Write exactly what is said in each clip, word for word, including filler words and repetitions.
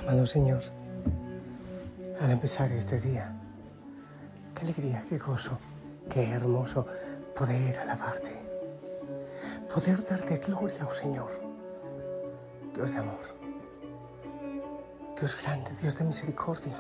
Amado Señor, al empezar este día, qué alegría, qué gozo, qué hermoso poder alabarte, poder darte gloria, oh Señor, Dios de amor, Dios grande, Dios de misericordia.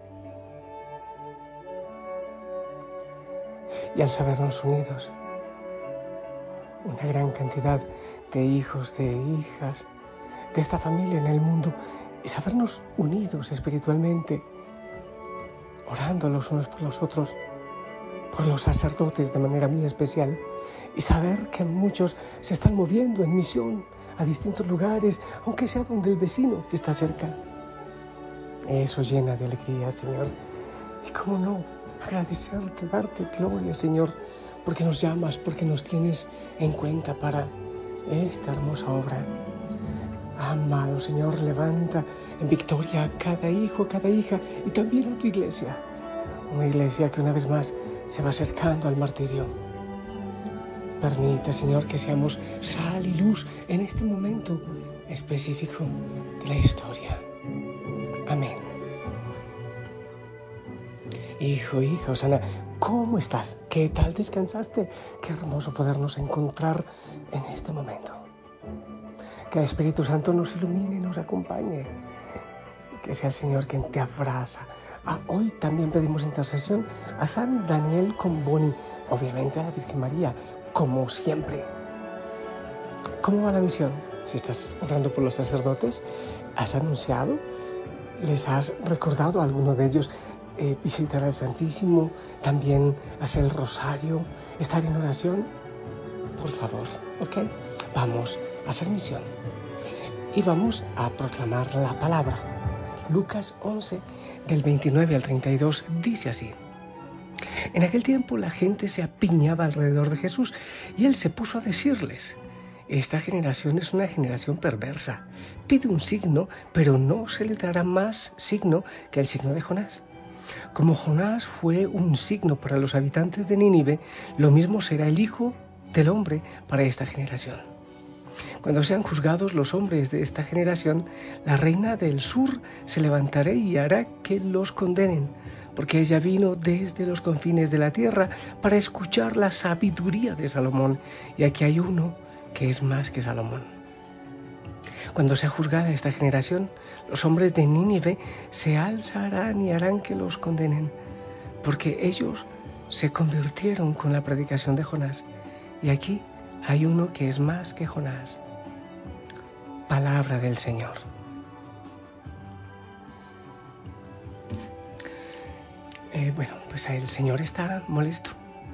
Y al sabernos unidos, una gran cantidad de hijos, de hijas, de esta familia en el mundo, y sabernos unidos espiritualmente, orando los unos por los otros, por los sacerdotes de manera muy especial, y saber que muchos se están moviendo en misión a distintos lugares, aunque sea donde el vecino que está cerca. Eso llena de alegría, Señor. Y cómo no, agradecerte, darte gloria, Señor, porque nos llamas, porque nos tienes en cuenta para esta hermosa obra. Amado Señor, levanta en victoria a cada hijo, a cada hija y también a tu iglesia. Una iglesia que una vez más se va acercando al martirio. Permita, Señor, que seamos sal y luz en este momento específico de la historia. Amén. Hijo, hija, Osana, ¿cómo estás? ¿Qué tal descansaste? Qué hermoso podernos encontrar en este momento. Que el Espíritu Santo nos ilumine, nos acompañe. Que sea el Señor quien te abraza. Ah, hoy también pedimos intercesión a San Daniel Comboni, obviamente a la Virgen María, como siempre. ¿Cómo va la misión? Si estás orando por los sacerdotes, ¿has anunciado? ¿Les has recordado a alguno de ellos eh, visitar al Santísimo, también hacer el rosario, estar en oración? Por favor, ¿ok? Vamos a hacer misión y vamos a proclamar la palabra. Lucas once, del veintinueve al treinta y dos, dice así: En aquel tiempo la gente se apiñaba alrededor de Jesús y él se puso a decirles: Esta generación es una generación perversa. Pide un signo, pero no se le dará más signo que el signo de Jonás. Como Jonás fue un signo para los habitantes de Nínive, lo mismo será el Hijo del Hombre para esta generación. Cuando sean juzgados los hombres de esta generación, la reina del sur se levantará y hará que los condenen, porque ella vino desde los confines de la tierra para escuchar la sabiduría de Salomón, y aquí hay uno que es más que Salomón. Cuando sea juzgada esta generación, los hombres de Nínive se alzarán y harán que los condenen, porque ellos se convirtieron con la predicación de Jonás, y aquí hay uno que es más que Jonás. Palabra del Señor. Eh, bueno, pues el Señor está molesto.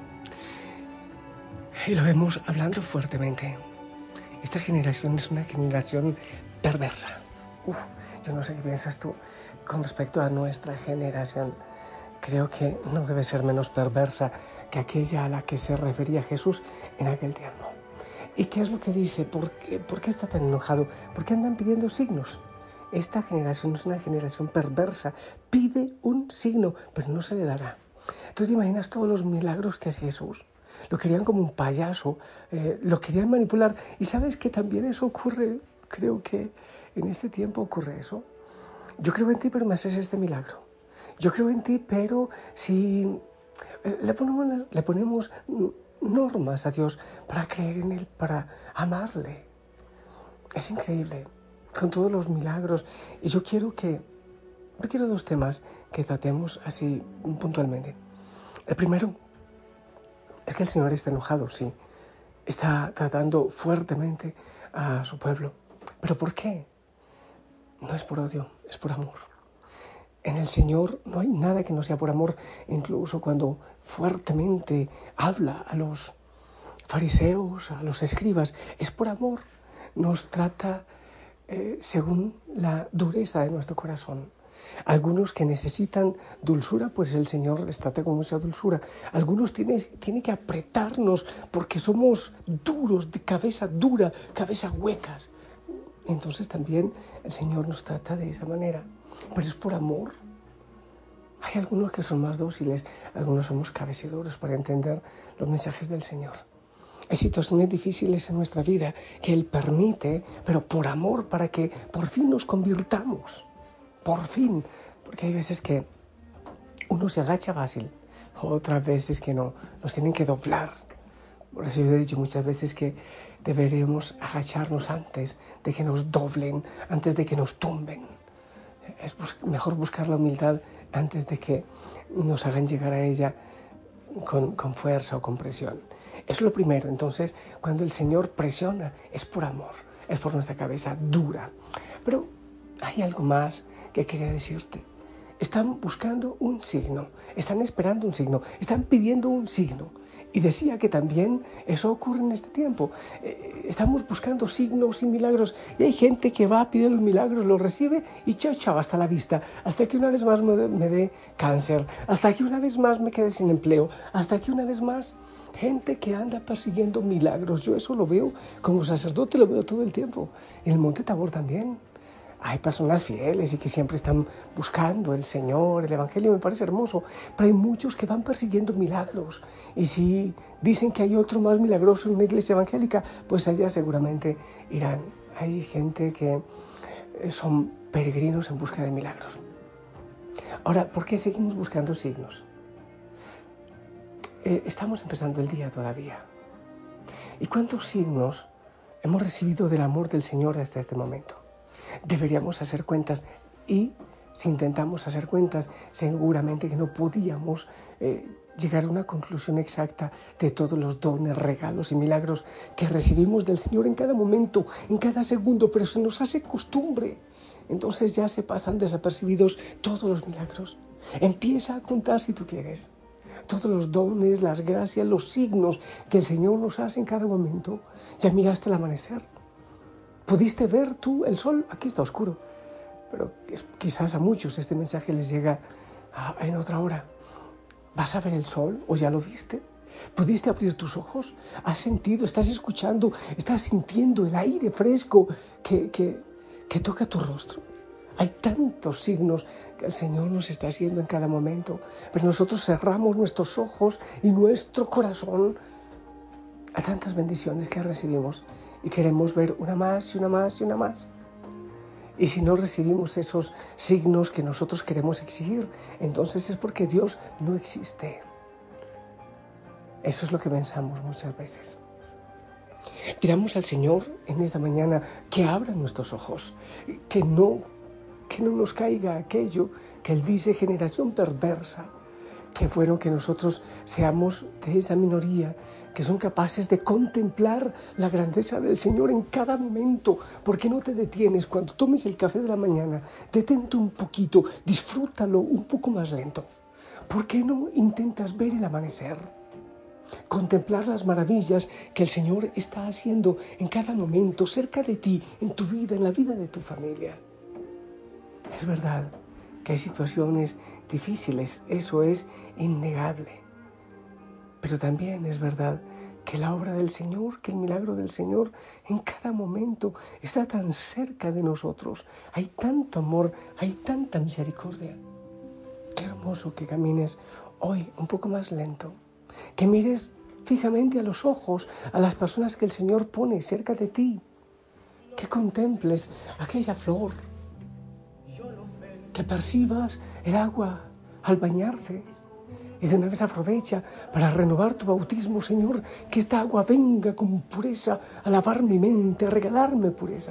Y lo vemos hablando fuertemente. Esta generación es una generación perversa. Uf, yo no sé qué piensas tú con respecto a nuestra generación. Creo que no debe ser menos perversa que aquella a la que se refería Jesús en aquel tiempo. ¿Y qué es lo que dice? ¿Por qué, ¿Por qué está tan enojado? ¿Por qué andan pidiendo signos? Esta generación es una generación perversa. Pide un signo, pero no se le dará. ¿Tú te imaginas todos los milagros que hace Jesús? Lo querían como un payaso, eh, lo querían manipular. ¿Y sabes que también eso ocurre? Creo que en este tiempo ocurre eso. Yo creo en ti, pero me haces este milagro. Yo creo en ti, pero si eh, le ponemos, le ponemos normas a Dios para creer en Él, para amarle. Es increíble, con todos los milagros. Y yo quiero que, yo quiero dos temas que tratemos así puntualmente. El primero es que el Señor está enojado, sí. Está tratando fuertemente a su pueblo. ¿Pero por qué? No es por odio, es por amor. En el Señor no hay nada que no sea por amor, incluso cuando fuertemente habla a los fariseos, a los escribas, es por amor. Nos trata eh, según la dureza de nuestro corazón. Algunos que necesitan dulzura, pues el Señor les trata con mucha dulzura. Algunos tienen tiene que apretarnos porque somos duros, de cabeza dura, cabeza huecas. Entonces también el Señor nos trata de esa manera. Pero es por amor. Hay algunos que son más dóciles, algunos somos cabeceduros para entender los mensajes del Señor. Hay situaciones difíciles en nuestra vida que Él permite, pero por amor, para que por fin nos convirtamos. por fin, porque hay veces que uno se agacha fácil, otras veces que no, nos tienen que doblar. Por eso yo he dicho muchas veces que deberíamos agacharnos antes de que nos doblen, antes de que nos tumben. Es bus- mejor buscar la humildad antes de que nos hagan llegar a ella con, con fuerza o con presión. Es lo primero. Entonces, cuando el Señor presiona, es por amor, es por nuestra cabeza dura. Pero hay algo más que quería decirte. Están buscando un signo, están esperando un signo, están pidiendo un signo. Y decía que también eso ocurre en este tiempo. Eh, estamos buscando signos y milagros. Y hay gente que va a pedir los milagros, los recibe y chao, chao, hasta la vista. Hasta que una vez más me, me dé cáncer. Hasta que una vez más me quede sin empleo. Hasta que una vez más... Gente que anda persiguiendo milagros. Yo eso lo veo como sacerdote, lo veo todo el tiempo. En el Monte Tabor también. Hay personas fieles y que siempre están buscando el Señor, el Evangelio, me parece hermoso, pero hay muchos que van persiguiendo milagros. Y si dicen que hay otro más milagroso en una iglesia evangélica, pues allá seguramente irán. Hay gente que son peregrinos en busca de milagros. Ahora, ¿por qué seguimos buscando signos? Eh, estamos empezando el día todavía. ¿Y cuántos signos hemos recibido del amor del Señor hasta este momento? Deberíamos hacer cuentas y si intentamos hacer cuentas, seguramente que no podíamos eh, llegar a una conclusión exacta de todos los dones, regalos y milagros que recibimos del Señor en cada momento, en cada segundo, pero se nos hace costumbre. Entonces ya se pasan desapercibidos todos los milagros. Empieza a contar si tú quieres. Todos los dones, las gracias, los signos que el Señor nos hace en cada momento. Ya miraste el amanecer. ¿Pudiste ver tú el sol? Aquí está oscuro. Pero quizás a muchos este mensaje les llega a, en otra hora. ¿Vas a ver el sol o ya lo viste? ¿Pudiste abrir tus ojos? ¿Has sentido, estás escuchando, estás sintiendo el aire fresco que, que, que toca tu rostro? Hay tantos signos que el Señor nos está haciendo en cada momento, pero nosotros cerramos nuestros ojos y nuestro corazón a tantas bendiciones que recibimos y queremos ver una más y una más y una más. Y si no recibimos esos signos que nosotros queremos exigir, entonces es porque Dios no existe. Eso es lo que pensamos muchas veces. Pidamos al Señor en esta mañana que abra nuestros ojos, que no, que no nos caiga aquello que Él dice, generación perversa, que fueron que nosotros seamos de esa minoría que son capaces de contemplar la grandeza del Señor en cada momento. ¿Por qué no te detienes cuando tomes el café de la mañana? Detente un poquito, disfrútalo un poco más lento. ¿Por qué no intentas ver el amanecer? Contemplar las maravillas que el Señor está haciendo en cada momento, cerca de ti, en tu vida, en la vida de tu familia. Es verdad que hay situaciones difíciles, eso es innegable. Pero también es verdad que la obra del Señor, que el milagro del Señor en cada momento está tan cerca de nosotros. Hay tanto amor, hay tanta misericordia. Qué hermoso que camines hoy un poco más lento, que mires fijamente a los ojos a las personas que el Señor pone cerca de ti, que contemples aquella flor, que percibas el agua al bañarse y de una vez aprovecha para renovar tu bautismo, Señor, que esta agua venga con pureza a lavar mi mente, a regalarme pureza.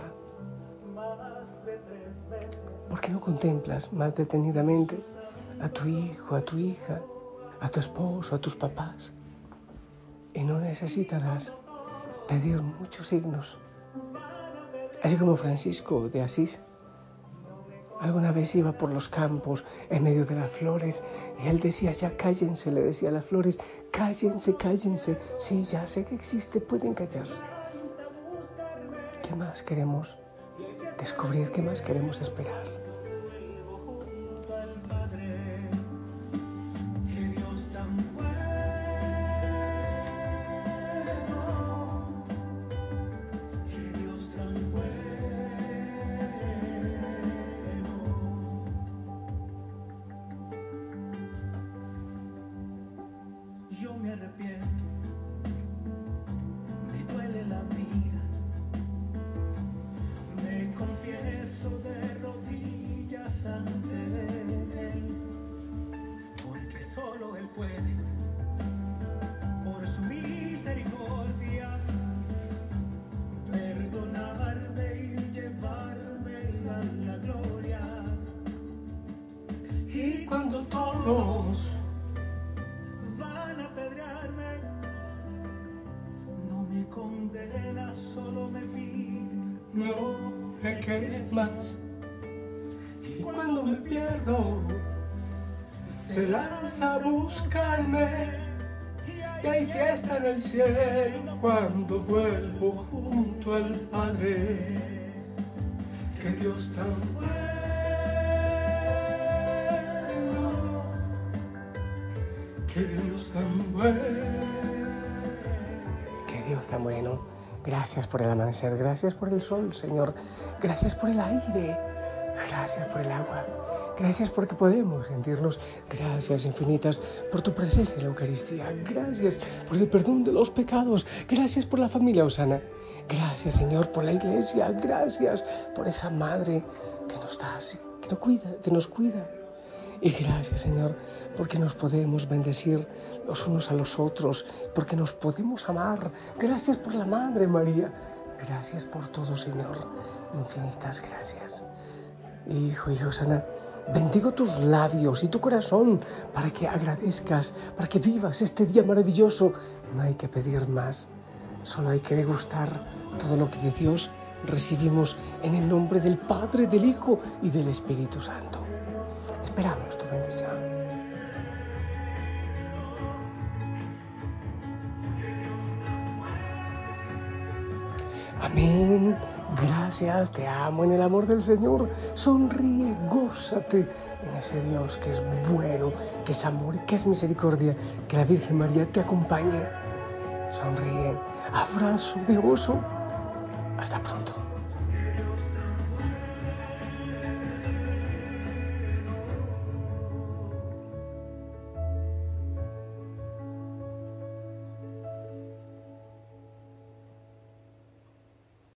¿Por qué no contemplas más detenidamente a tu hijo, a tu hija, a tu esposo, a tus papás? Y no necesitarás pedir muchos signos. Así como Francisco de Asís alguna vez iba por los campos en medio de las flores y él decía, ya cállense, le decía a las flores, cállense, cállense. Sí, ya sé que existe, pueden callarse. ¿Qué más queremos descubrir? ¿Qué más queremos esperar? Yo me arrepiento, me duele la vida, me confieso de rodillas. fue por su misericordia perdonarme y llevarme a la gloria. Y cuando todos van a apedrearme, no me condena, solo me pide No peques más. Y cuando me pierdo, se lanza a buscarme. Y hay fiesta en el cielo cuando vuelvo junto al Padre. Que Dios tan bueno, que Dios tan bueno, que Dios tan bueno. Gracias por el amanecer, gracias por el sol, Señor. Gracias por el aire, gracias por el agua. Gracias porque podemos sentirnos. Gracias infinitas por tu presencia en la Eucaristía. Gracias por el perdón de los pecados. Gracias por la familia Osana. Gracias, Señor, por la iglesia. Gracias por esa madre que nos da, que nos cuida, que nos cuida. Y gracias, Señor, porque nos podemos bendecir los unos a los otros, porque nos podemos amar. Gracias por la Madre María. Gracias por todo, Señor. Infinitas gracias. Hijo y Osana, bendigo tus labios y tu corazón para que agradezcas, para que vivas este día maravilloso. No hay que pedir más, solo hay que degustar todo lo que de Dios recibimos en el nombre del Padre, del Hijo y del Espíritu Santo. Esperamos tu bendición. Amén. Gracias, te amo en el amor del Señor. Sonríe, gózate en ese Dios que es bueno, que es amor y que es misericordia. Que la Virgen María te acompañe. Sonríe, abrazo de gozo. Hasta pronto.